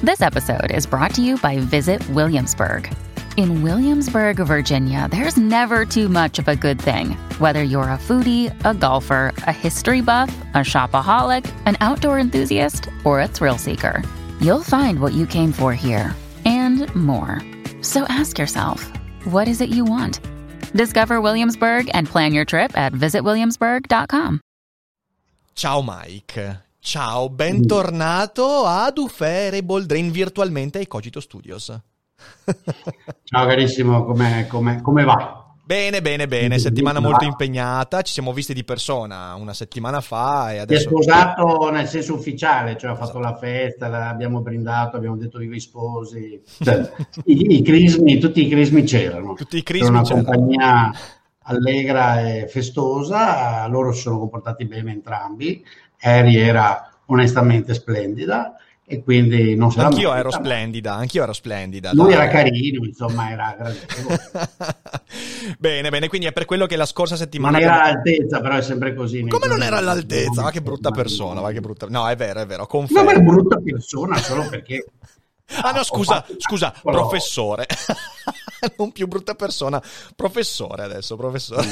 This episode is brought to you by Visit Williamsburg. In Williamsburg, Virginia, there's never too much of a good thing. Whether you're a foodie, a golfer, a history buff, a shopaholic, an outdoor enthusiast, or a thrill seeker, you'll find what you came for here and more. So ask yourself, what is it you want? Discover Williamsburg and plan your trip at visitwilliamsburg.com. Ciao Mike. Ciao, bentornato ad Ufere Boldrin virtualmente ai Cogito Studios. Ciao carissimo, come va? Bene, settimana molto impegnata, ci siamo visti di persona una settimana fa e adesso... Si è sposato nel senso ufficiale, cioè ha fatto la festa, abbiamo brindato, abbiamo detto viva i sposi, cioè, i crismi, tutti i crismi c'erano. Tutti i crismi c'erano. Una compagnia allegra e festosa, loro si sono comportati bene entrambi, Harry era onestamente splendida, e quindi non se la Anch'io merita, ero splendida. Lui dai. era carino, insomma, era gradevole. Bene, quindi è per quello che la scorsa settimana... Non era all'altezza, però è sempre così. Come non era all'altezza? Ma che brutta persona, ma che brutta... No, è vero, confermo. No, ma è brutta persona solo perché... Ah no, scusa, professore. Non più brutta persona, professore adesso, professore.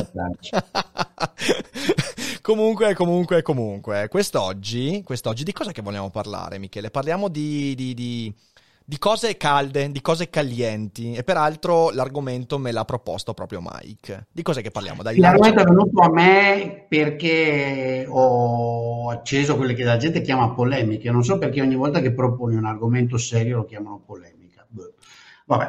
Comunque, quest'oggi di cosa che vogliamo parlare, Michele? Parliamo di cose calde, di cose calienti, e peraltro l'argomento me l'ha proposto proprio Mike. Di cos'è che parliamo? Dai, l'argomento è venuto a me perché ho acceso quelle che la gente chiama polemiche. Non so perché ogni volta che proponi un argomento serio lo chiamano polemica. Vabbè,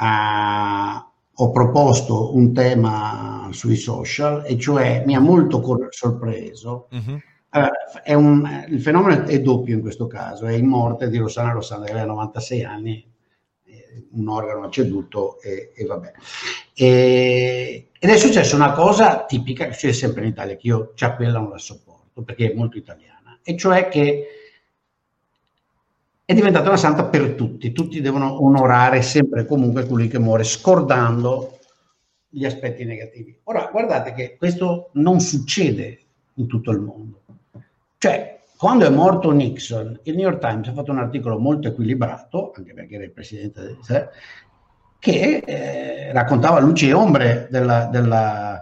ho proposto un tema sui social, e cioè mi ha molto sorpreso. Mm-hmm. Il fenomeno è doppio in questo caso, è in morte di Rossana che aveva 96 anni, un organo ha ceduto e vabbè. Ed è successa una cosa tipica che succede sempre in Italia, che io già quella non la sopporto perché è molto italiana, e cioè che è diventata una santa per tutti devono onorare sempre e comunque colui che muore, scordando gli aspetti negativi. Ora, guardate che questo non succede in tutto il mondo. Cioè, quando è morto Nixon, il New York Times ha fatto un articolo molto equilibrato, anche perché era il presidente, che raccontava luci e ombre della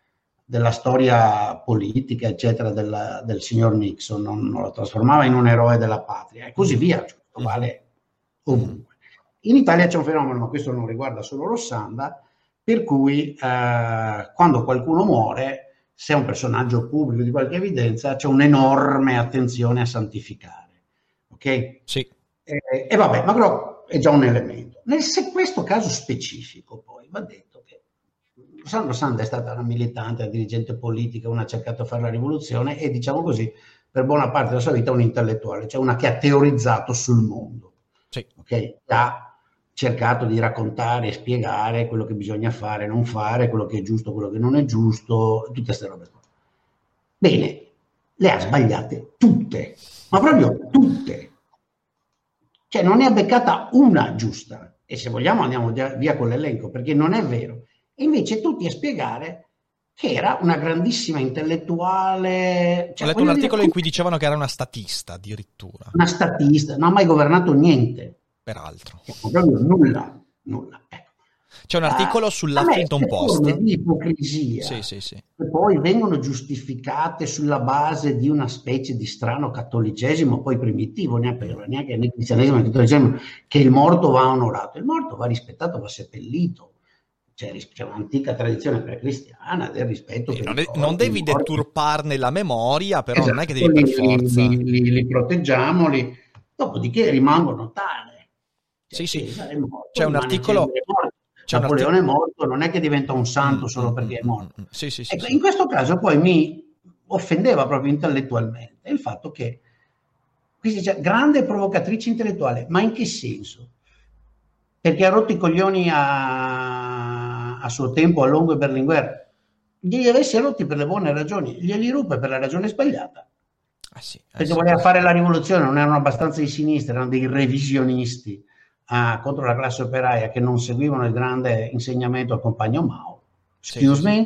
storia politica, eccetera, del signor Nixon, non lo trasformava in un eroe della patria, e così via, cioè, vale ovunque. In Italia c'è un fenomeno, ma questo non riguarda solo Rossanda, per cui quando qualcuno muore, se è un personaggio pubblico di qualche evidenza, c'è un'enorme attenzione a santificare, ok? Sì. E vabbè, ma però è già un elemento. Questo caso specifico, poi, va detto che Rossanda è stata una militante, una dirigente politica, una ha cercato di fare la rivoluzione e, diciamo così, per buona parte della sua vita un intellettuale, cioè una che ha teorizzato sul mondo, sì. Ok? Ha cercato di raccontare e spiegare quello che bisogna fare, non fare, quello che è giusto, quello che non è giusto, tutte queste robe qua. Bene, le ha sbagliate tutte, ma proprio tutte. Cioè non ne ha beccata una giusta, e se vogliamo andiamo via con l'elenco, perché non è vero. E invece tutti a spiegare che era una grandissima intellettuale. Ho letto un articolo in cui dicevano che era una statista addirittura. Una statista, non ha mai governato niente. Peraltro. Proprio nulla. Ecco. C'è un articolo sull'Huffington Post. Forme di ipocrisia sì. che poi vengono giustificate sulla base di una specie di strano cattolicesimo, poi primitivo, neanche nel cristianesimo e nel cattolicesimo, che il morto va onorato. Il morto va rispettato, va seppellito. C'è un'antica tradizione precristiana del rispetto. Non devi deturparne la memoria, però esatto, non è che devi per forza. Li proteggiamo, dopodiché rimangono tali. Sì. Morto, c'è un articolo. Napoleone è morto, non è che diventa un santo solo perché è morto. Sì. Ecco, in questo caso poi mi offendeva proprio intellettualmente il fatto che qui si dice grande provocatrice intellettuale, ma in che senso? Perché ha rotto i coglioni a suo tempo a Longo e Berlinguer, glieli avessi rotti per le buone ragioni, glieli ruppe per la ragione sbagliata. Perché voleva fare la rivoluzione, non erano abbastanza di sinistra, erano dei revisionisti contro la classe operaia che non seguivano il grande insegnamento al compagno Mao. Excuse me?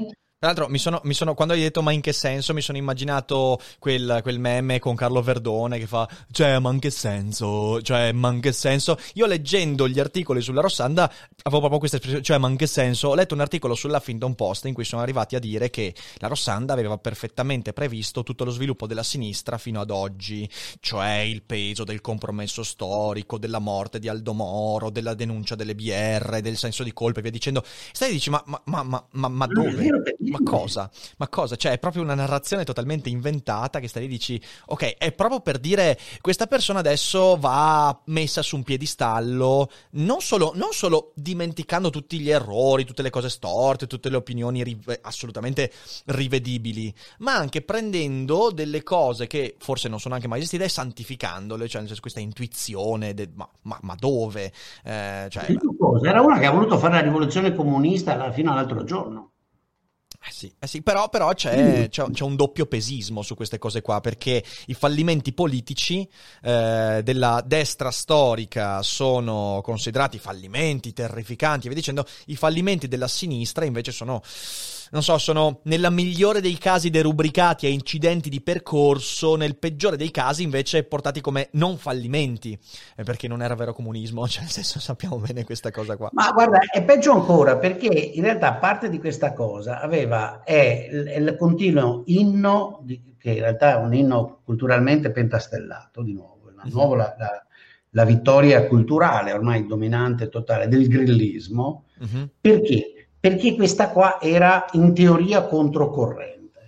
Tra l'altro quando hai detto ma in che senso, mi sono immaginato quel meme con Carlo Verdone che fa cioè ma in che senso, cioè ma in che senso. Io leggendo gli articoli sulla Rossanda avevo proprio questa espressione, cioè ma in che senso. Ho letto un articolo sull'Huffington Post in cui sono arrivati a dire che la Rossanda aveva perfettamente previsto tutto lo sviluppo della sinistra fino ad oggi, cioè il peso del compromesso storico, della morte di Aldo Moro, della denuncia delle BR, del senso di colpa e via dicendo. Stai e dici ma dove? Ma cosa? Ma cosa? Cioè è proprio una narrazione totalmente inventata che stai lì e dici ok, è proprio per dire questa persona adesso va messa su un piedistallo, non solo dimenticando tutti gli errori, tutte le cose storte, tutte le opinioni assolutamente rivedibili, ma anche prendendo delle cose che forse non sono anche mai esistite e santificandole, cioè questa intuizione, ma dove? Cioè, cosa? Era una che ha voluto fare la rivoluzione comunista fino all'altro giorno. Sì, però c'è un doppio pesismo su queste cose qua, perché i fallimenti politici della destra storica sono considerati fallimenti terrificanti e via dicendo, i fallimenti della sinistra invece sono nella migliore dei casi derubricati a incidenti di percorso, nel peggiore dei casi invece portati come non fallimenti, perché non era vero comunismo, cioè nel senso sappiamo bene questa cosa qua. Ma guarda, è peggio ancora, perché in realtà parte di questa cosa è il continuo inno, che in realtà è un inno culturalmente pentastellato, di nuovo, la vittoria culturale ormai dominante totale del grillismo, perché? Perché questa qua era in teoria controcorrente,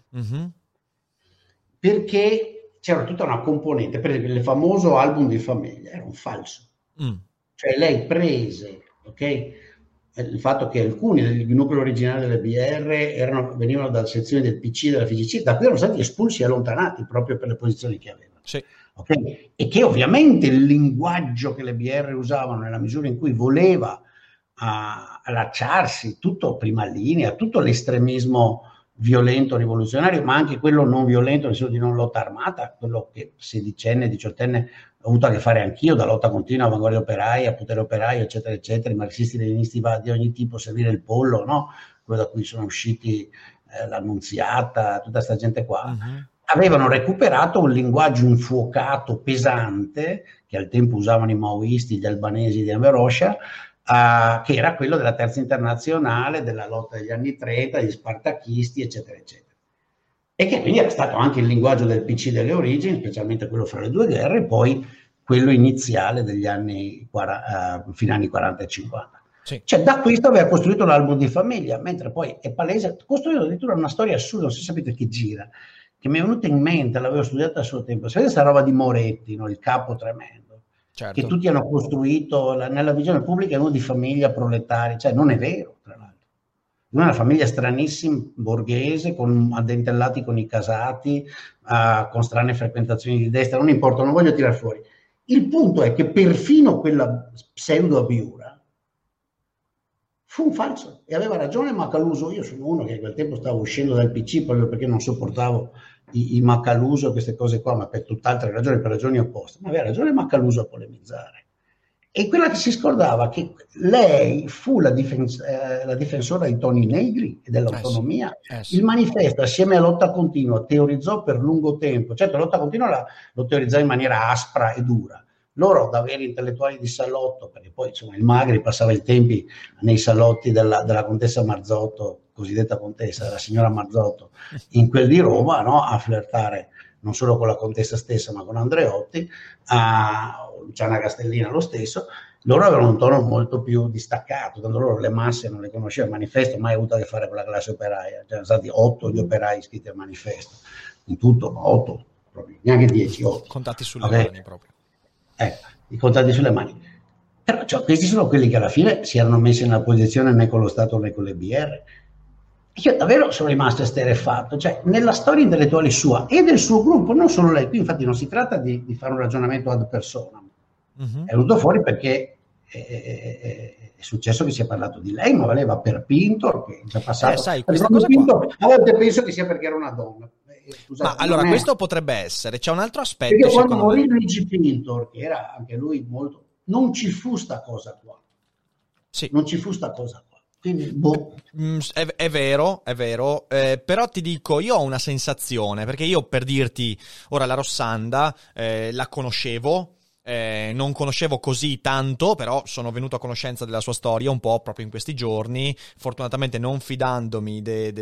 perché c'era tutta una componente, per esempio il famoso album di Famiglia era un falso, cioè lei prese, ok, il fatto che alcuni del nucleo originale delle BR venivano da sezioni del PC e della FGC, da cui erano stati espulsi e allontanati proprio per le posizioni che avevano. Sì. Okay? E che ovviamente il linguaggio che le BR usavano nella misura in cui voleva allacciarsi tutto prima linea, tutto l'estremismo violento rivoluzionario, ma anche quello non violento, nel senso di non lotta armata, quello che 16enne, 18enne ho avuto a che fare anch'io, da lotta continua, avanguardia operaia, potere operaio, eccetera, eccetera, i marxisti leninisti di ogni tipo, servire il pollo, no? Quello da cui sono usciti l'Annunziata, tutta questa gente qua, avevano recuperato un linguaggio infuocato, pesante, che al tempo usavano i maoisti, gli albanesi di Enver Hoxha, che era quello della terza internazionale, della lotta degli anni 30, degli spartachisti, eccetera, eccetera. E che quindi era stato anche il linguaggio del PC delle origini, specialmente quello fra le due guerre, e poi quello iniziale degli anni fine anni 40 e 50. Sì. Cioè da questo aveva costruito l'album di Famiglia, mentre poi è palese, costruito addirittura una storia assurda, non si sapete che gira, che mi è venuta in mente, l'avevo studiata a suo tempo, sapete questa roba di Moretti, no? Il capo tremendo. Certo. Che tutti hanno costruito nella visione pubblica uno di famiglia proletaria, cioè non è vero, tra l'altro. È una famiglia stranissima, borghese, con addentellati con i casati, con strane frequentazioni di destra, non importa, non voglio tirare fuori. Il punto è che perfino quella pseudo-abiura fu un falso, e aveva ragione Macaluso. Io sono uno che a quel tempo stavo uscendo dal PC proprio perché non sopportavo i Macaluso, queste cose qua, ma per tutt'altre ragioni, per ragioni opposte. Ma aveva ragione Macaluso a polemizzare. E quella che si scordava che lei fu la difensora di Toni Negri e dell'autonomia. Sì. Il manifesto, assieme a Lotta Continua, teorizzò per lungo tempo. Certo, Lotta Continua lo teorizzò in maniera aspra e dura. Loro, da veri intellettuali di salotto, perché poi insomma il Magri passava i tempi nei salotti della contessa Marzotto, cosiddetta contessa, della signora Marzotto, in quel di Roma, no? A flirtare non solo con la contessa stessa, ma con Andreotti, Luciana Castellina lo stesso. Loro avevano un tono molto più distaccato, tanto loro le masse non le conoscevano. Il manifesto mai avuto a che fare con la classe operaia, c'erano stati 8 gli operai iscritti al manifesto, in tutto, ma 8, proprio, neanche 10, 8. Contati sulle mani proprio. I contati sulle mani. Però questi sono quelli che alla fine si erano messi nella posizione né con lo Stato né con le BR. Io davvero sono rimasto esterrefatto, cioè nella storia intellettuale sua e del suo gruppo, non solo lei. Qui infatti non si tratta di fare un ragionamento ad personam, è venuto fuori perché è successo che si è parlato di lei, ma valeva per Pinto, che è già passato. Sai, questa cosa Pinto, qua... a volte penso che sia perché era una donna. Scusate, ma allora questo potrebbe essere, c'è un altro aspetto. Perché quando morì Luigi Pintor, che era anche lui molto, non ci fu sta cosa qua. Sì. Non ci fu sta cosa qua. Quindi, boh. È vero, però ti dico, io ho una sensazione, perché io, per dirti, ora la Rossanda la conoscevo, non conoscevo così tanto, però sono venuto a conoscenza della sua storia un po' proprio in questi giorni, fortunatamente non fidandomi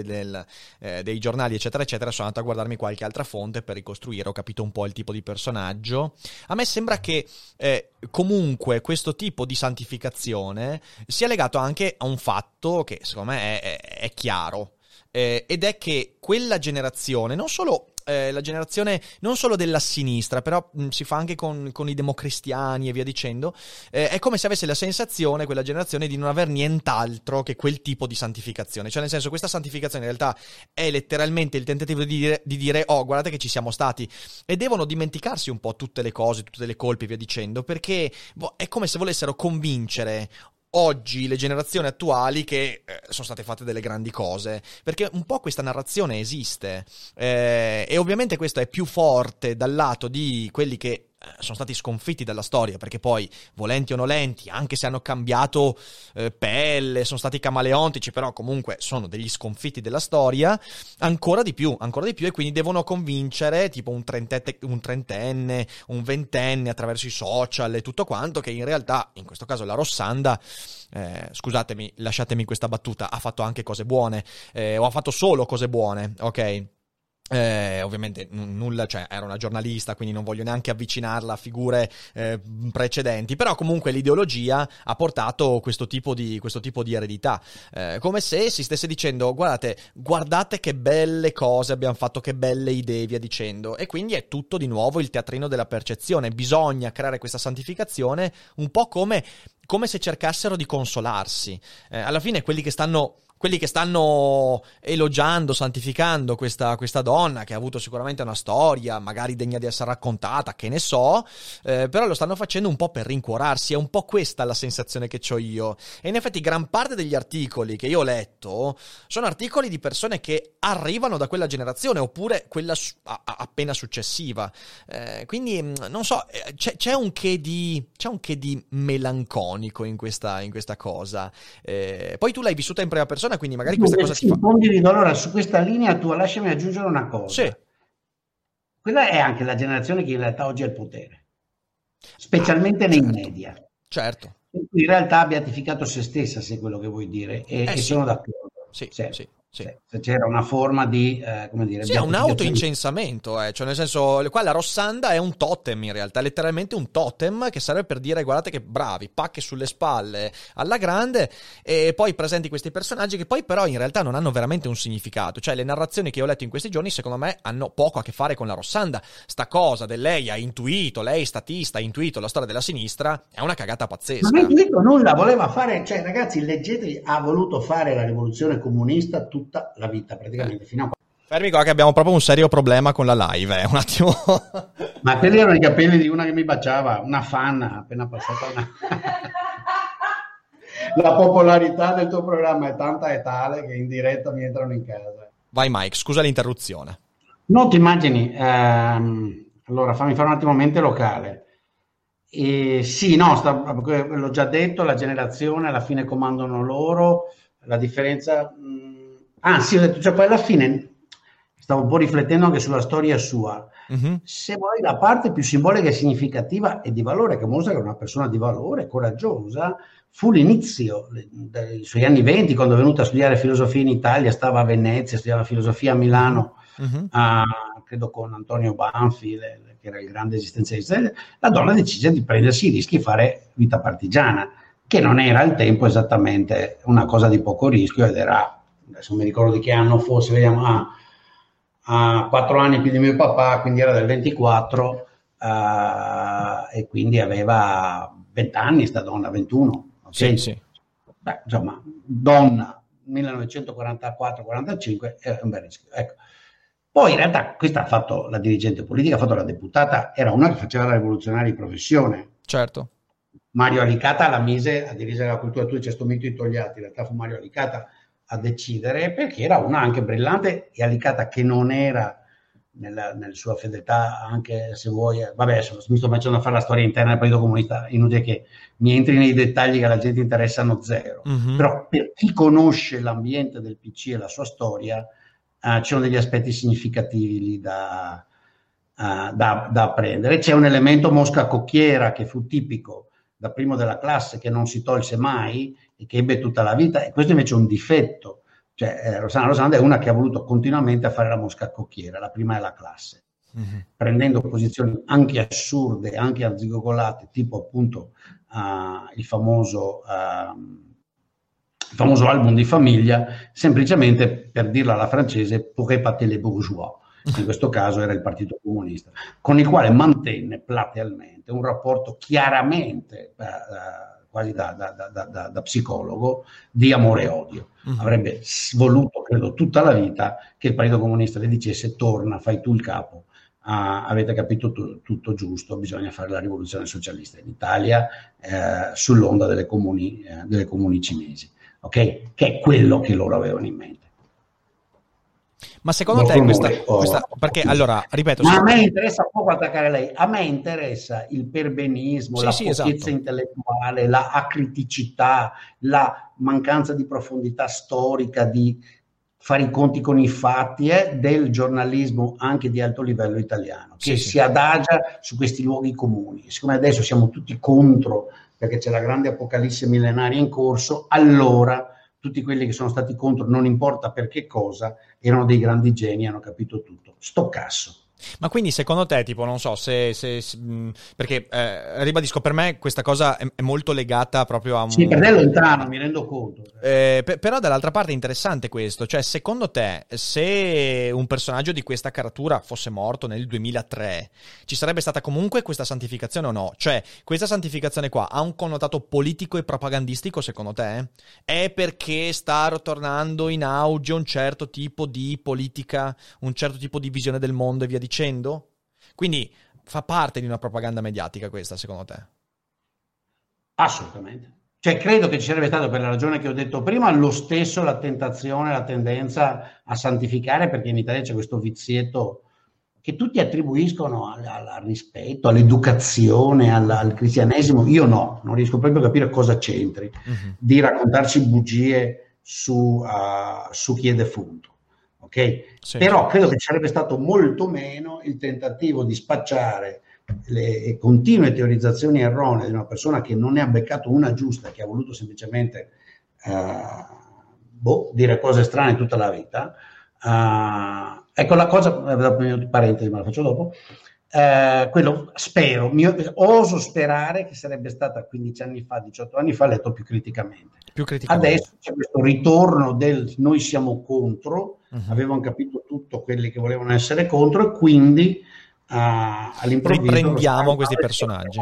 dei giornali eccetera eccetera, sono andato a guardarmi qualche altra fonte per ricostruire, ho capito un po' il tipo di personaggio. A me sembra che comunque questo tipo di santificazione sia legato anche a un fatto che secondo me è chiaro, ed è che quella generazione, non solo la generazione non solo della sinistra, però si fa anche con i democristiani e via dicendo, è come se avesse la sensazione, quella generazione, di non aver nient'altro che quel tipo di santificazione. Cioè, nel senso, questa santificazione in realtà è letteralmente il tentativo di dire oh, guardate che ci siamo stati, e devono dimenticarsi un po' tutte le cose, tutte le colpe e via dicendo, perché è come se volessero convincere oggi le generazioni attuali che sono state fatte delle grandi cose, perché un po' questa narrazione esiste, e ovviamente questo è più forte dal lato di quelli che sono stati sconfitti dalla storia, perché poi, volenti o nolenti, anche se hanno cambiato pelle, sono stati camaleontici, però comunque sono degli sconfitti della storia, ancora di più, e quindi devono convincere tipo un trentenne, un ventenne attraverso i social e tutto quanto, che in realtà, in questo caso la Rossanda, scusatemi, lasciatemi questa battuta, ha fatto anche cose buone, o ha fatto solo cose buone, ok? Ovviamente nulla, cioè era una giornalista, quindi non voglio neanche avvicinarla a figure precedenti, però comunque l'ideologia ha portato questo tipo di eredità, come se si stesse dicendo guardate che belle cose abbiamo fatto, che belle idee, via dicendo, e quindi è tutto di nuovo il teatrino della percezione. Bisogna creare questa santificazione un po' come se cercassero di consolarsi. Alla fine quelli che stanno elogiando, santificando questa donna, che ha avuto sicuramente una storia magari degna di essere raccontata, che ne so, però lo stanno facendo un po' per rincuorarsi. È un po' questa la sensazione che ho io, e in effetti gran parte degli articoli che io ho letto sono articoli di persone che arrivano da quella generazione oppure quella appena successiva, quindi non so, c'è un che di melanconico in questa cosa. Poi tu l'hai vissuta in prima persona, quindi magari questa cosa ti fa... Condivido. Allora, su questa linea tua lasciami aggiungere una cosa. Sì. Quella è anche la generazione che in realtà oggi ha il potere, specialmente nei media. Certo. In realtà ha beatificato se stessa, se è quello che vuoi dire, e sì. sono d'accordo. Sì. Se c'era una forma di, come dire, sì, è un autoincensamento, cioè nel senso, qua la Rossanda è un totem, in realtà, letteralmente un totem che serve per dire guardate che bravi, pacche sulle spalle alla grande, e poi presenti questi personaggi che poi però in realtà non hanno veramente un significato. Cioè le narrazioni che ho letto in questi giorni secondo me hanno poco a che fare con la Rossanda. Sta cosa del lei ha intuito, lei statista ha intuito la storia della sinistra è una cagata pazzesca. Non ha intuito nulla, voleva fare, cioè ragazzi, leggetevi, ha voluto fare la rivoluzione comunista tutta la vita, praticamente, fino a... Fermi qua che abbiamo proprio un serio problema con la live, un attimo. Ma quelli erano i capelli di una che mi baciava, una fan appena passata una... La popolarità del tuo programma è tanta e tale che in diretta mi entrano in casa. Vai Mike, scusa l'interruzione. Non ti immagini, allora fammi fare un attimo mente locale. Sì, no, l'ho già detto, la generazione alla fine comandano loro, la differenza... sì, ho detto, cioè poi alla fine stavo un po' riflettendo anche sulla storia sua. Mm-hmm. Se vuoi, la parte più simbolica e significativa e di valore, che mostra che era una persona di valore, coraggiosa, fu l'inizio dei suoi anni 20, quando è venuta a studiare filosofia in Italia, stava a Venezia, studiava filosofia a Milano, credo con Antonio Banfi, che era il grande esistenzialista. La donna decise di prendersi i rischi e fare vita partigiana, che non era al tempo esattamente una cosa di poco rischio, ed era, adesso non mi ricordo di che anno fosse, vediamo, a 4 anni più di mio papà, quindi era del 24, e quindi aveva 20 anni sta donna, 21. Okay? Sì. Beh, insomma, donna 1944-45 è un bel rischio. Ecco. Poi in realtà questa ha fatto la dirigente politica, ha fatto la deputata, era una che faceva la rivoluzionaria di professione. Certo. Mario Alicata la mise a dirigere la cultura, tu c'è sto mito di Togliatti, in realtà fu Mario Alicata a decidere, perché era una anche brillante, e Alicata, che non era nella sua fedeltà, anche se vuoi, vabbè, adesso mi sto facendo a fare la storia interna del Partito Comunista, inutile che mi entri nei dettagli che alla gente interessano zero, però per chi conosce l'ambiente del PC e la sua storia, ci sono degli aspetti significativi lì da apprendere. C'è un elemento mosca cocchiera che fu tipico da primo della classe, che non si tolse mai e che ebbe tutta la vita, e questo invece è un difetto. Cioè, Rossana Rosanda è una che ha voluto continuamente fare la mosca cocchiera, la prima della classe, prendendo posizioni anche assurde, anche arzigogolate, tipo appunto il famoso album di famiglia, semplicemente per dirla alla francese, pour épater les bourgeois. In questo caso era il Partito Comunista, con il quale mantenne platealmente un rapporto chiaramente quasi da psicologo di amore e odio. Avrebbe voluto, credo, tutta la vita che il Partito Comunista le dicesse: torna, fai tu il capo, avete capito tutto giusto, bisogna fare la rivoluzione socialista in Italia, sull'onda delle comuni cinesi, ok? Che è quello che loro avevano in mente. Ma secondo te questa perché allora, ripeto, ma a me interessa poco attaccare lei, a me interessa il perbenismo, la pochezza esatto. intellettuale, la acriticità, la mancanza di profondità storica, di fare i conti con i fatti, del giornalismo anche di alto livello italiano, che si adagia su questi luoghi comuni. Siccome adesso siamo tutti contro, perché c'è la grande apocalisse millenaria in corso, allora tutti quelli che sono stati contro, non importa per che cosa, erano dei grandi geni, hanno capito tutto. Sto cazzo. Ma quindi secondo te, tipo, non so, perché ribadisco, per me questa cosa è molto legata proprio a un... Sì, per te è lontano, mi rendo conto. Però dall'altra parte è interessante questo, cioè secondo te, se un personaggio di questa caratura fosse morto nel 2003, ci sarebbe stata comunque questa santificazione o no? Cioè, questa santificazione qua ha un connotato politico e propagandistico secondo te? È perché sta ritornando in auge un certo tipo di politica, un certo tipo di visione del mondo e via dicendo? Quindi fa parte di una propaganda mediatica questa, secondo te? Assolutamente. Cioè, credo che ci sarebbe stato, per la ragione che ho detto prima, lo stesso la tentazione, la tendenza a santificare, perché in Italia c'è questo vizietto che tutti attribuiscono al rispetto, all'educazione, al cristianesimo. Io no, non riesco proprio a capire cosa c'entri di raccontarci bugie su chi è defunto. Okay? Sì. Però credo che ci sarebbe stato molto meno il tentativo di spacciare le continue teorizzazioni erronee di una persona che non ne ha beccato una giusta, che ha voluto semplicemente dire cose strane tutta la vita. Ecco la cosa, parentesi, ma la faccio dopo. Quello spero, oso sperare che sarebbe stata 15 anni fa, 18 anni fa, letto più criticamente. Adesso c'è questo ritorno del noi siamo contro, avevano capito tutto quelli che volevano essere contro, e quindi all'improvviso riprendiamo questi personaggi.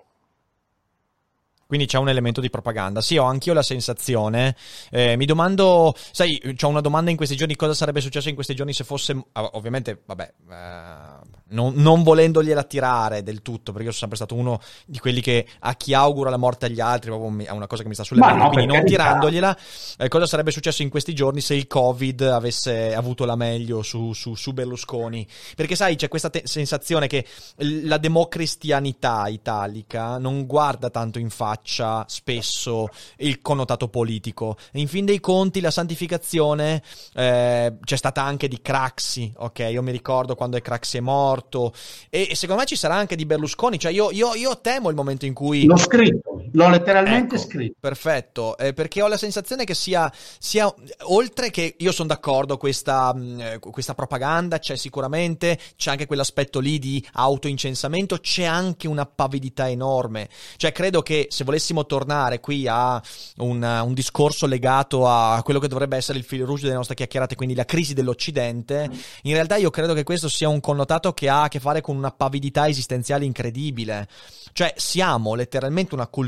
Quindi c'è un elemento di propaganda. Sì, ho anch'io la sensazione. Mi domando, sai, c'ho una domanda in questi giorni: cosa sarebbe successo in questi giorni se fosse, ovviamente, vabbè, non volendogliela tirare del tutto, perché io sono sempre stato uno di quelli che a chi augura la morte agli altri, proprio è una cosa che mi sta sulle mani, quindi non tirandogliela. Cosa sarebbe successo in questi giorni se il Covid avesse avuto la meglio su Berlusconi? Perché sai, c'è questa sensazione che la democristianità italica non guarda tanto in faccia spesso il connotato politico. In fin dei conti la santificazione c'è stata anche di Craxi, ok? Io mi ricordo quando Craxi è morto, e secondo me ci sarà anche di Berlusconi. Cioè io temo il momento in cui l'ho scritto, l'ho letteralmente scritto. Perfetto, perché ho la sensazione che sia oltre che, io sono d'accordo, questa propaganda c'è sicuramente, c'è anche quell'aspetto lì di autoincensamento, c'è anche una pavidità enorme. Cioè credo che se volessimo tornare qui a un discorso legato a quello che dovrebbe essere il fil rouge delle nostre chiacchierate, quindi la crisi dell'Occidente, in realtà io credo che questo sia un connotato che ha a che fare con una pavidità esistenziale incredibile. Cioè siamo letteralmente una cultura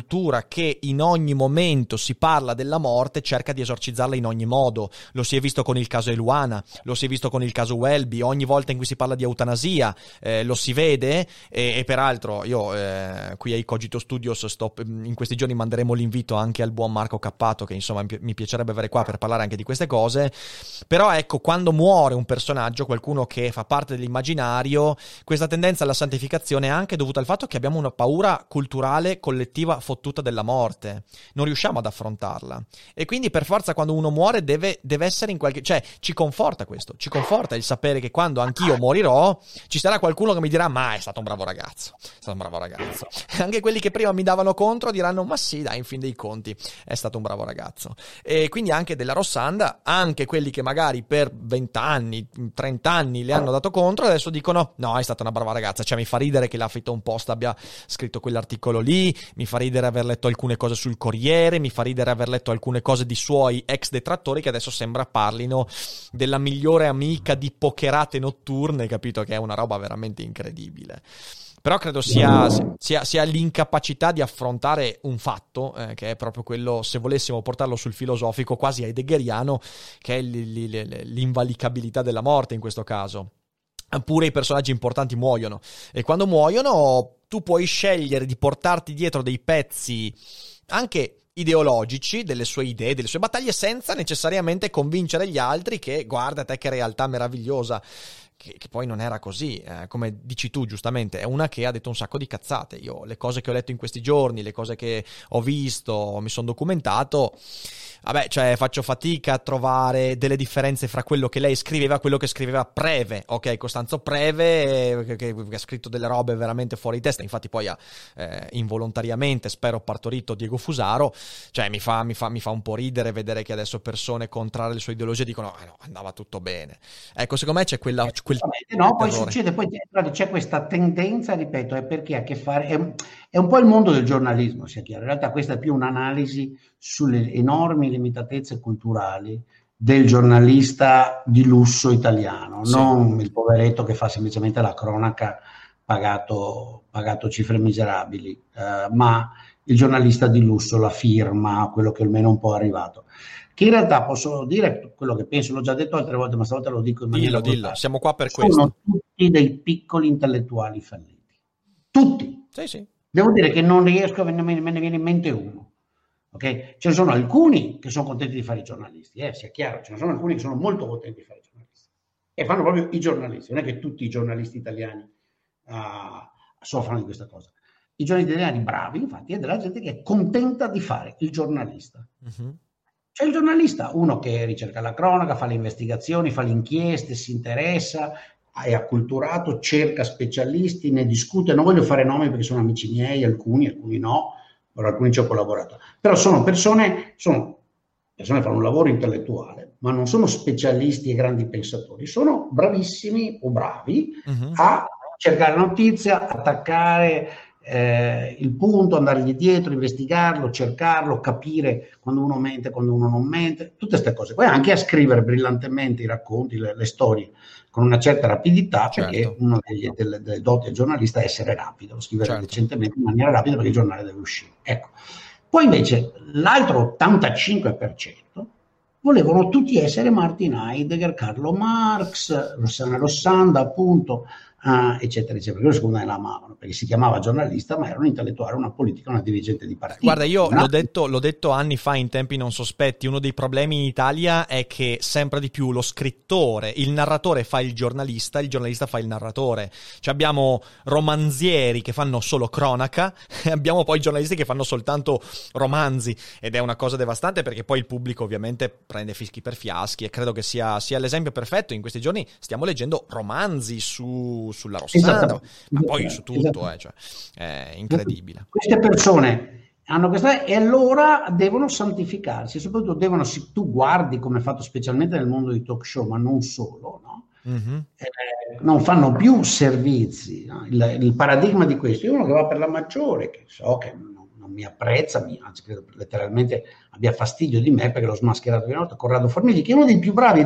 cultura che in ogni momento si parla della morte cerca di esorcizzarla in ogni modo. Lo si è visto con il caso Eluana, lo si è visto con il caso Welby, ogni volta in cui si parla di eutanasia lo si vede, e peraltro io qui ai Cogito Studios in questi giorni manderemo l'invito anche al buon Marco Cappato, che insomma mi piacerebbe avere qua per parlare anche di queste cose. Però ecco, quando muore un personaggio, qualcuno che fa parte dell'immaginario, questa tendenza alla santificazione è anche dovuta al fatto che abbiamo una paura culturale collettiva fottuta della morte, non riusciamo ad affrontarla, e quindi per forza quando uno muore deve essere in qualche, cioè ci conforta questo, ci conforta il sapere che quando anch'io morirò ci sarà qualcuno che mi dirà ma è stato un bravo ragazzo, è stato un bravo ragazzo. Anche quelli che prima mi davano contro diranno ma sì dai, in fin dei conti è stato un bravo ragazzo. E quindi anche della Rossanda, anche quelli che magari per 20 anni 30 anni le hanno dato contro adesso dicono no, è stata una brava ragazza. Cioè mi fa ridere che l'Huffington Post abbia scritto quell'articolo lì, mi fa ridere aver letto alcune cose sul Corriere, mi fa ridere aver letto alcune cose di suoi ex detrattori che adesso sembra parlino della migliore amica di pokerate notturne, capito? Che è una roba veramente incredibile. Però credo sia l'incapacità di affrontare un fatto, che è proprio quello, se volessimo portarlo sul filosofico, quasi heideggeriano, che è l'invalicabilità della morte in questo caso. Pure i personaggi importanti muoiono, e quando muoiono tu puoi scegliere di portarti dietro dei pezzi anche ideologici, delle sue idee, delle sue battaglie, senza necessariamente convincere gli altri che guarda te che realtà meravigliosa, che poi non era così, come dici tu giustamente, è una che ha detto un sacco di cazzate. Io le cose che ho letto in questi giorni, le cose che ho visto, mi sono documentato, vabbè, cioè faccio fatica a trovare delle differenze fra quello che lei scriveva e quello che scriveva Preve, ok? Costanzo Preve, che ha scritto delle robe veramente fuori di testa, infatti poi ha involontariamente, spero, partorito Diego Fusaro. Cioè mi fa un po' ridere vedere che adesso persone contrarie alle sue ideologie dicono no, andava tutto bene. Ecco, secondo me c'è quel no, poi succede, poi c'è questa tendenza, ripeto, è perché ha a che fare, è un po' il mondo del giornalismo, sia chiaro. In realtà questa è più un'analisi sulle enormi limitatezze culturali del giornalista di lusso italiano, sì. Non il poveretto che fa semplicemente la cronaca pagato cifre miserabili, ma il giornalista di lusso, la firma, quello che almeno un po' è arrivato. Che in realtà posso dire quello che penso, l'ho già detto altre volte, ma stavolta lo dico in maniera Dillo, siamo qua per questo. Sono tutti dei piccoli intellettuali falliti. Tutti. Sì. Devo dire che non riesco, me ne viene in mente uno. Okay? Ce ne sono alcuni che sono contenti di fare i giornalisti, sia chiaro, ce ne sono alcuni che sono molto contenti di fare i giornalisti. E fanno proprio i giornalisti, non è che tutti i giornalisti italiani soffrono di questa cosa. I giornalisti italiani bravi, infatti, è della gente che è contenta di fare il giornalista. Uh-huh. C'è il giornalista, uno che ricerca la cronaca, fa le investigazioni, fa le inchieste, si interessa, è acculturato, cerca specialisti, ne discute. Non voglio fare nomi perché sono amici miei, alcuni no, per alcuni ci ho collaborato. Però sono persone che fanno un lavoro intellettuale, ma non sono specialisti e grandi pensatori, sono bravissimi o bravi a cercare notizia, attaccare il punto, andargli dietro, investigarlo, cercarlo, capire quando uno mente, quando uno non mente, tutte queste cose. Poi anche a scrivere brillantemente i racconti, le storie con una certa rapidità, certo. Perché una delle doti del giornalista è essere rapido, scrivere decentemente in maniera rapida perché il giornale deve uscire. Ecco. Poi invece l'altro 85% volevano tutti essere Martin Heidegger, Carlo Marx, Rossana Rossanda, appunto, eccetera, eccetera. Loro secondo me la amavano perché si chiamava giornalista, ma era un intellettuale, una politica, una dirigente di partito. Guarda, io l'ho detto anni fa in tempi non sospetti, uno dei problemi in Italia è che sempre di più lo scrittore, il narratore fa il giornalista fa il narratore. Cioè abbiamo romanzieri che fanno solo cronaca e abbiamo poi giornalisti che fanno soltanto romanzi, ed è una cosa devastante perché poi il pubblico ovviamente prende fischi per fiaschi, e credo che sia l'esempio perfetto. In questi giorni stiamo leggendo romanzi sulla Rossana, ma poi su tutto, cioè, è incredibile. Queste persone hanno questa, e allora devono santificarsi, soprattutto devono, se tu guardi come è fatto specialmente nel mondo dei talk show, ma non solo, no? Non fanno più servizi, no? Il paradigma di questo è uno che va per la maggiore, che so che non mi apprezza, anzi credo letteralmente abbia fastidio di me perché l'ho smascherato di notte, Corrado Formigli, che è uno dei più bravi,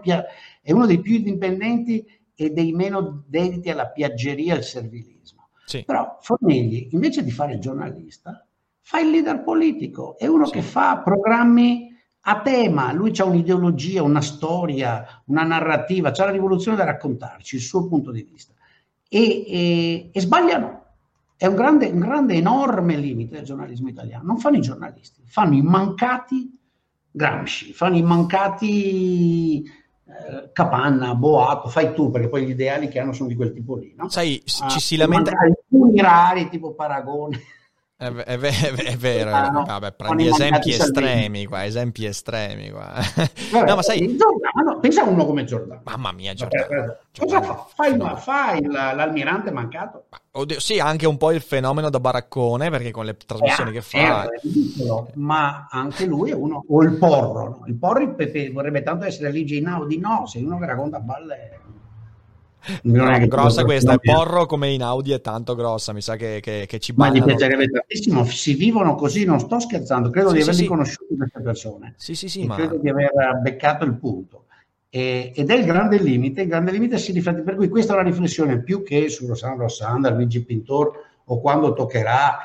è uno dei più indipendenti e dei meno dediti alla piaggeria e al servilismo. Sì. Però Formigli, invece di fare il giornalista, fa il leader politico, è uno che fa programmi a tema, lui c'ha un'ideologia, una storia, una narrativa, c'ha la rivoluzione da raccontarci, il suo punto di vista. E sbagliano. È un grande, enorme limite del giornalismo italiano. Non fanno i giornalisti, fanno i mancati Gramsci, fanno i mancati Capanna, Boato, fai tu, perché poi gli ideali che hanno sono di quel tipo lì, no? Sai, ci si lamenta... Alcuni rari, tipo Paragone. È vero, no, vabbè, prendi esempi estremi qua. Vabbè, no, ma sai... Giordano, pensa a uno come Giordano. Mamma mia, Giordano. Cosa fa? Fai l'almirante mancato? Oddio, sì, anche un po' il fenomeno da baraccone, perché con le trasmissioni che fa... È ridicolo, ma anche lui è uno... O il Porro, no? Il Porro vorrebbe tanto essere Luigi Einaudi, no, se uno che racconta balle... Non è grossa questa, il Porro come Einaudi è tanto grossa, mi sa che ci ballano. Ma gli piacerebbe tantissimo, si vivono così, non sto scherzando, credo di averli conosciuti queste persone. Sì, ma... credo di aver beccato il punto. Ed è il grande limite si riflette, per cui questa è una riflessione più che su Rossanda, Luigi Pintor, o quando toccherà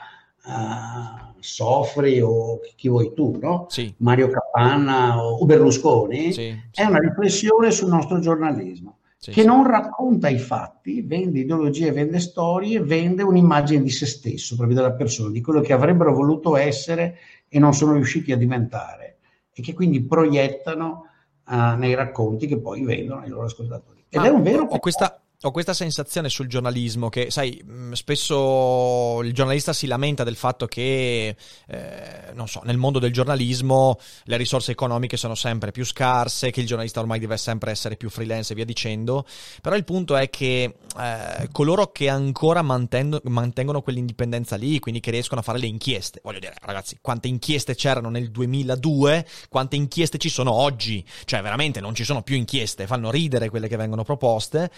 Sofri o chi vuoi tu, no? Sì. Mario Capanna o Berlusconi, è una riflessione sul nostro giornalismo. Che non racconta i fatti, vende ideologie, vende storie, vende un'immagine di se stesso, proprio della persona, di quello che avrebbero voluto essere e non sono riusciti a diventare, e che quindi proiettano nei racconti che poi vendono ai loro ascoltatori. Ed è un vero ho questa sensazione sul giornalismo che, sai, spesso il giornalista si lamenta del fatto che, non so, nel mondo del giornalismo le risorse economiche sono sempre più scarse, che il giornalista ormai deve sempre essere più freelance e via dicendo, però il punto è che coloro che ancora mantengono quell'indipendenza lì, quindi che riescono a fare le inchieste, voglio dire, ragazzi, quante inchieste c'erano nel 2002, quante inchieste ci sono oggi? Cioè, veramente non ci sono più inchieste, fanno ridere quelle che vengono proposte.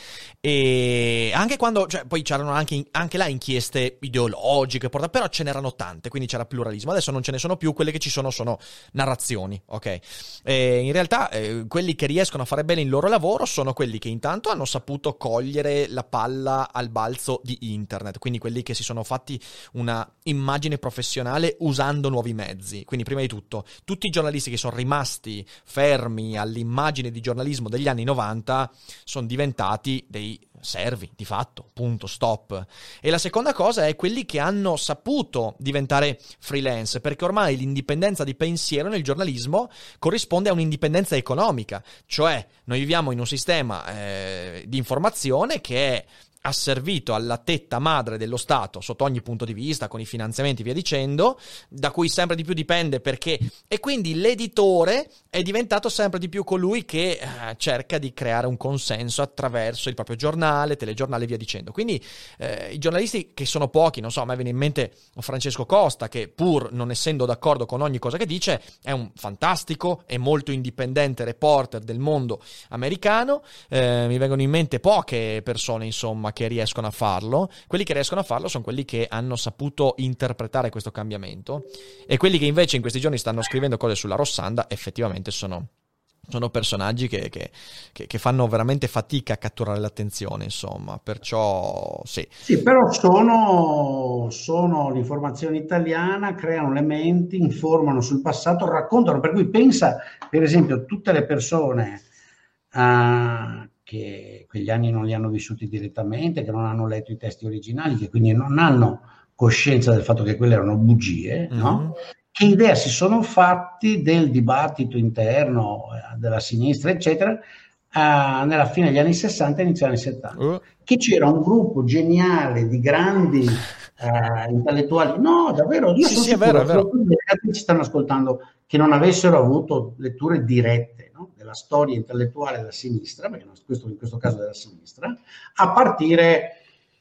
E anche quando, cioè, poi c'erano anche là inchieste ideologiche, però ce n'erano tante, quindi c'era pluralismo. Adesso non ce ne sono più, quelle che ci sono narrazioni, ok? In realtà quelli che riescono a fare bene il loro lavoro sono quelli che intanto hanno saputo cogliere la palla al balzo di internet, quindi quelli che si sono fatti una immagine professionale usando nuovi mezzi. Quindi prima di tutto, tutti i giornalisti che sono rimasti fermi all'immagine di giornalismo degli anni 90 sono diventati dei servi, di fatto, punto, stop. E la seconda cosa è quelli che hanno saputo diventare freelance, perché ormai l'indipendenza di pensiero nel giornalismo corrisponde a un'indipendenza economica, cioè noi viviamo in un sistema di informazione che è asservito alla tetta madre dello Stato sotto ogni punto di vista, con i finanziamenti e via dicendo, da cui sempre di più dipende perché, e quindi l'editore è diventato sempre di più colui che cerca di creare un consenso attraverso il proprio giornale, telegiornale e via dicendo. Quindi i giornalisti, che sono pochi, non so, a me viene in mente Francesco Costa, che pur non essendo d'accordo con ogni cosa che dice è un fantastico e molto indipendente reporter del mondo americano. Mi vengono in mente poche persone, insomma, che riescono a farlo. Quelli che riescono a farlo sono quelli che hanno saputo interpretare questo cambiamento, e quelli che invece in questi giorni stanno scrivendo cose sulla Rossanda effettivamente sono personaggi che fanno veramente fatica a catturare l'attenzione, insomma, perciò sì, però sono l'informazione italiana, creano elementi, informano sul passato, raccontano, per cui pensa per esempio tutte le persone che quegli anni non li hanno vissuti direttamente, che non hanno letto i testi originali, che quindi non hanno coscienza del fatto che quelle erano bugie, no? Che idea si sono fatti del dibattito interno della sinistra, eccetera, nella fine degli anni 60 e inizio anni 70, che c'era un gruppo geniale di grandi intellettuali. No, davvero, io sono sicuro che i ragazzi ci stanno ascoltando che non avessero avuto letture dirette, no, della storia intellettuale della sinistra, perché in questo caso della sinistra, a partire,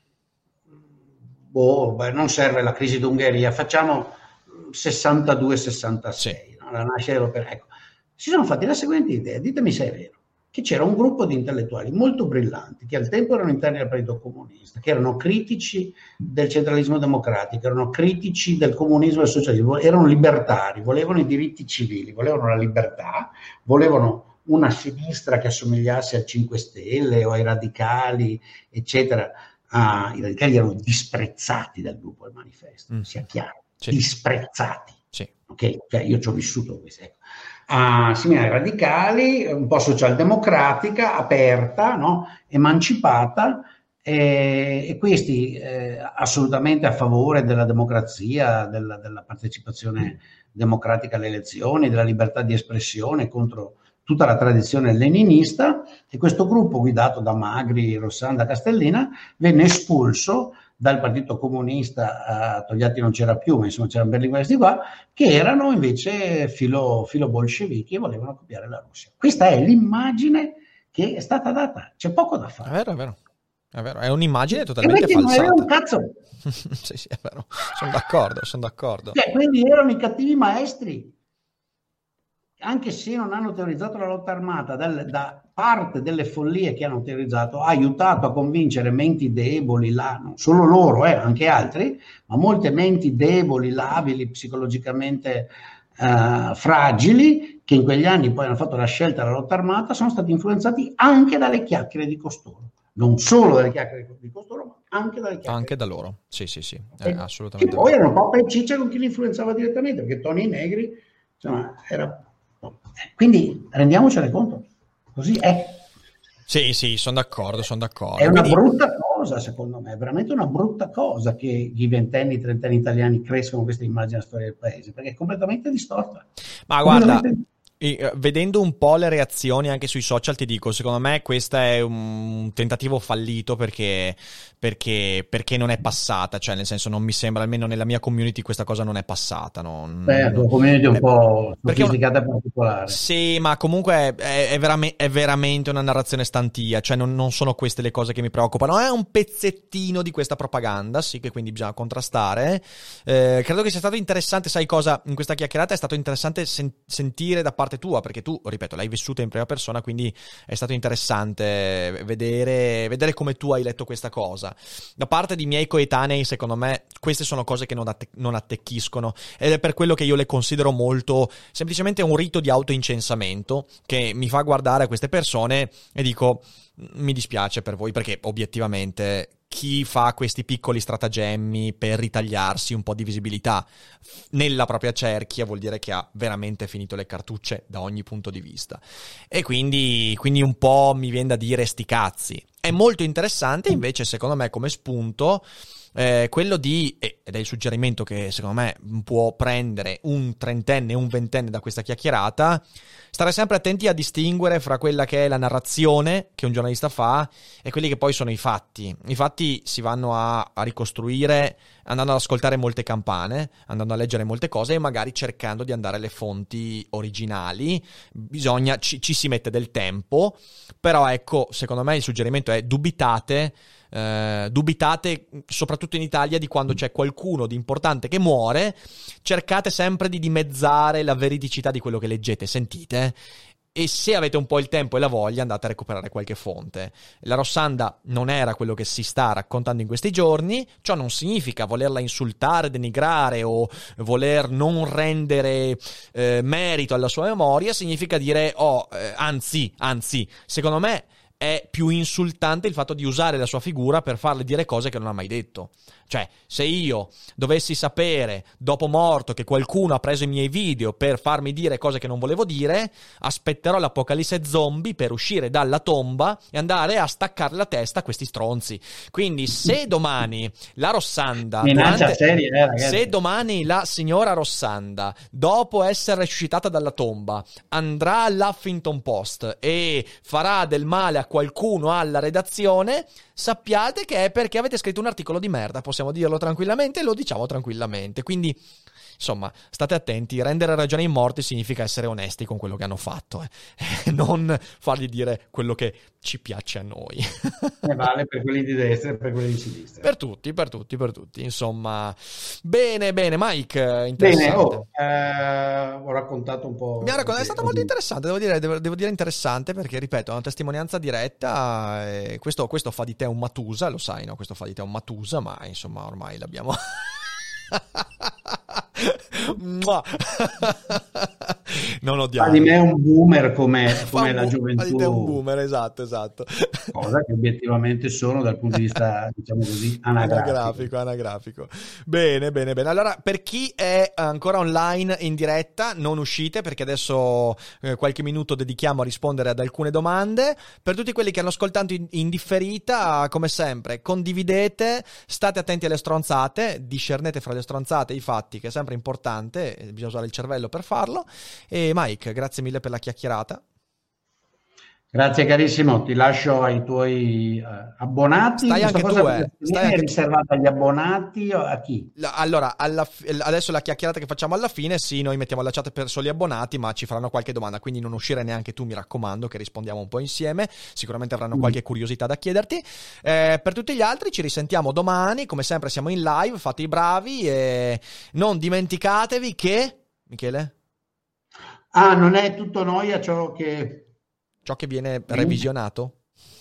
non serve la crisi d'Ungheria, facciamo 62-66, no? La nascita dell'opera. Ecco, si sono fatti la seguente idea, ditemi se è vero, che c'era un gruppo di intellettuali molto brillanti, che al tempo erano interni al Partito Comunista, che erano critici del centralismo democratico, erano critici del comunismo e del socialismo, erano libertari, volevano i diritti civili, volevano la libertà, volevano una sinistra che assomigliasse al 5 Stelle o ai radicali, eccetera. I radicali erano disprezzati dal gruppo del Manifesto, sia chiaro. disprezzati. Sì. Okay? Cioè, io ci ho vissuto questi, ecco. Simili ai radicali, un po' socialdemocratica, aperta, no? Emancipata, e questi assolutamente a favore della democrazia, della partecipazione democratica alle elezioni, della libertà di espressione, contro tutta la tradizione leninista. E questo gruppo guidato da Magri, Rossanda, Castellina venne espulso dal Partito Comunista. Togliatti non c'era più, ma insomma c'erano questi qua, che erano invece filo bolscevichi e volevano copiare la Russia. Questa è l'immagine che è stata data, c'è poco da fare. È vero. È un'immagine totalmente Non falsata. è un cazzo. Sì, è vero. Sono d'accordo. Quindi erano i cattivi maestri, anche se non hanno teorizzato la lotta armata, da parte delle follie che hanno teorizzato, ha aiutato a convincere menti deboli, non solo loro, anche altri, ma molte menti deboli, labili, psicologicamente fragili, che in quegli anni poi hanno fatto la scelta della lotta armata, sono stati influenzati anche dalle chiacchiere di costoro. Non solo dalle chiacchiere di costoro, ma anche dalle chiacchiere. Anche da loro, sì, assolutamente. E poi erano Poppa e Ciccia con chi li influenzava direttamente, perché Tony Negri, insomma, era... Quindi rendiamocene conto, così è. Sì, sono d'accordo. È una brutta cosa, secondo me, è veramente una brutta cosa che i ventenni, i trentenni italiani crescono questa immagine della storia del paese, perché è completamente distorta. Ma guarda, vedendo un po' le reazioni anche sui social, ti dico, secondo me questo è un tentativo fallito perché non è passata, cioè nel senso non mi sembra, almeno nella mia community questa cosa non è passata. La tua community è un po' sofisticata e particolare. Sì, ma comunque è veramente una narrazione stantia, cioè non sono queste le cose che mi preoccupano, è un pezzettino di questa propaganda, sì, che quindi bisogna contrastare. Credo che sia stato interessante, sai cosa, in questa chiacchierata è stato interessante sentire da parte tua, perché tu, ripeto, l'hai vissuta in prima persona, quindi è stato interessante vedere come tu hai letto questa cosa. Da parte di miei coetanei, secondo me, queste sono cose che non attecchiscono, ed è per quello che io le considero molto semplicemente un rito di autoincensamento che mi fa guardare a queste persone e dico, mi dispiace per voi, perché obiettivamente chi fa questi piccoli stratagemmi per ritagliarsi un po' di visibilità nella propria cerchia vuol dire che ha veramente finito le cartucce da ogni punto di vista. E quindi un po' mi viene da dire sti cazzi. È molto interessante invece, secondo me, come spunto, quello di, ed è il suggerimento che secondo me può prendere un trentenne e un ventenne da questa chiacchierata, stare sempre attenti a distinguere fra quella che è la narrazione che un giornalista fa e quelli che poi sono i fatti. I fatti si vanno a ricostruire andando ad ascoltare molte campane, andando a leggere molte cose e magari cercando di andare alle fonti originali. Ci si mette del tempo, però ecco, secondo me il suggerimento è dubitate soprattutto in Italia di quando c'è qualcuno di importante che muore, cercate sempre di dimezzare la veridicità di quello che leggete, sentite, e se avete un po' il tempo e la voglia andate a recuperare qualche fonte. La Rossanda non era quello che si sta raccontando in questi giorni, ciò non significa volerla insultare, denigrare o voler non rendere merito alla sua memoria, significa dire anzi, secondo me è più insultante il fatto di usare la sua figura per farle dire cose che non ha mai detto. Cioè, se io dovessi sapere dopo morto che qualcuno ha preso i miei video per farmi dire cose che non volevo dire, aspetterò l'apocalisse zombie per uscire dalla tomba e andare a staccare la testa a questi stronzi. Quindi se domani la Rossanda, se domani la signora Rossanda, dopo essere resuscitata dalla tomba, andrà all'Huffington Post e farà del male a qualcuno alla redazione, sappiate che è perché avete scritto un articolo di merda, possiamo dirlo tranquillamente e lo diciamo tranquillamente. Quindi, insomma, state attenti, rendere ragione ai morti significa essere onesti con quello che hanno fatto, non fargli dire quello che ci piace a noi. Vale per quelli di destra e per quelli di sinistra. Per tutti, insomma. Bene, Mike, interessante. Ho raccontato un po'. È stato molto interessante, devo dire interessante, perché, ripeto, è una testimonianza diretta, e questo fa di te un Matusa, lo sai, no? Questo fa di te un Matusa, ma insomma ormai l'abbiamo... Non odiamo. Fa di me un boomer come la gioventù. Fa di te un boomer, esatto. Cosa che obiettivamente sono dal punto di vista, diciamo così, anagrafico. Bene. Allora, per chi è ancora online in diretta, non uscite, perché adesso qualche minuto dedichiamo a rispondere ad alcune domande. Per tutti quelli che hanno ascoltato in differita, come sempre, condividete, state attenti alle stronzate, discernete fra le stronzate i fatti, che è sempre importante, bisogna usare il cervello per farlo. E Mike, grazie mille per la chiacchierata. Grazie carissimo, ti lascio ai tuoi abbonati. Stai anche tu, è riservata agli abbonati o a chi? Allora, adesso la chiacchierata che facciamo alla fine, sì, noi mettiamo la chat per soli abbonati, ma ci faranno qualche domanda, quindi non uscire neanche tu, mi raccomando, che rispondiamo un po' insieme, sicuramente avranno qualche curiosità da chiederti. Per tutti gli altri ci risentiamo domani, come sempre siamo in live, fate i bravi e non dimenticatevi che... Michele? Non è tutto noia ciò che viene revisionato?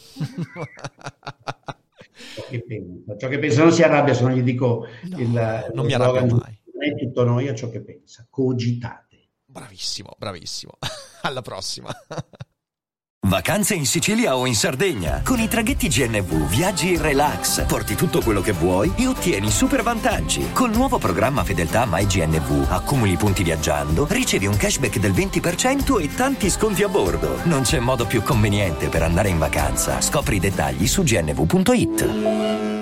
Ciò che pensa, non si arrabbia se non gli dico non mi arrabbio mai. Non è tutto noia ciò che pensa, cogitate. Bravissimo. Alla prossima. Vacanze in Sicilia o in Sardegna. Con i traghetti GNV viaggi in relax, porti tutto quello che vuoi e ottieni super vantaggi. Col nuovo programma Fedeltà MyGNV accumuli punti viaggiando, ricevi un cashback del 20% e tanti sconti a bordo. Non c'è modo più conveniente per andare in vacanza. Scopri i dettagli su gnv.it.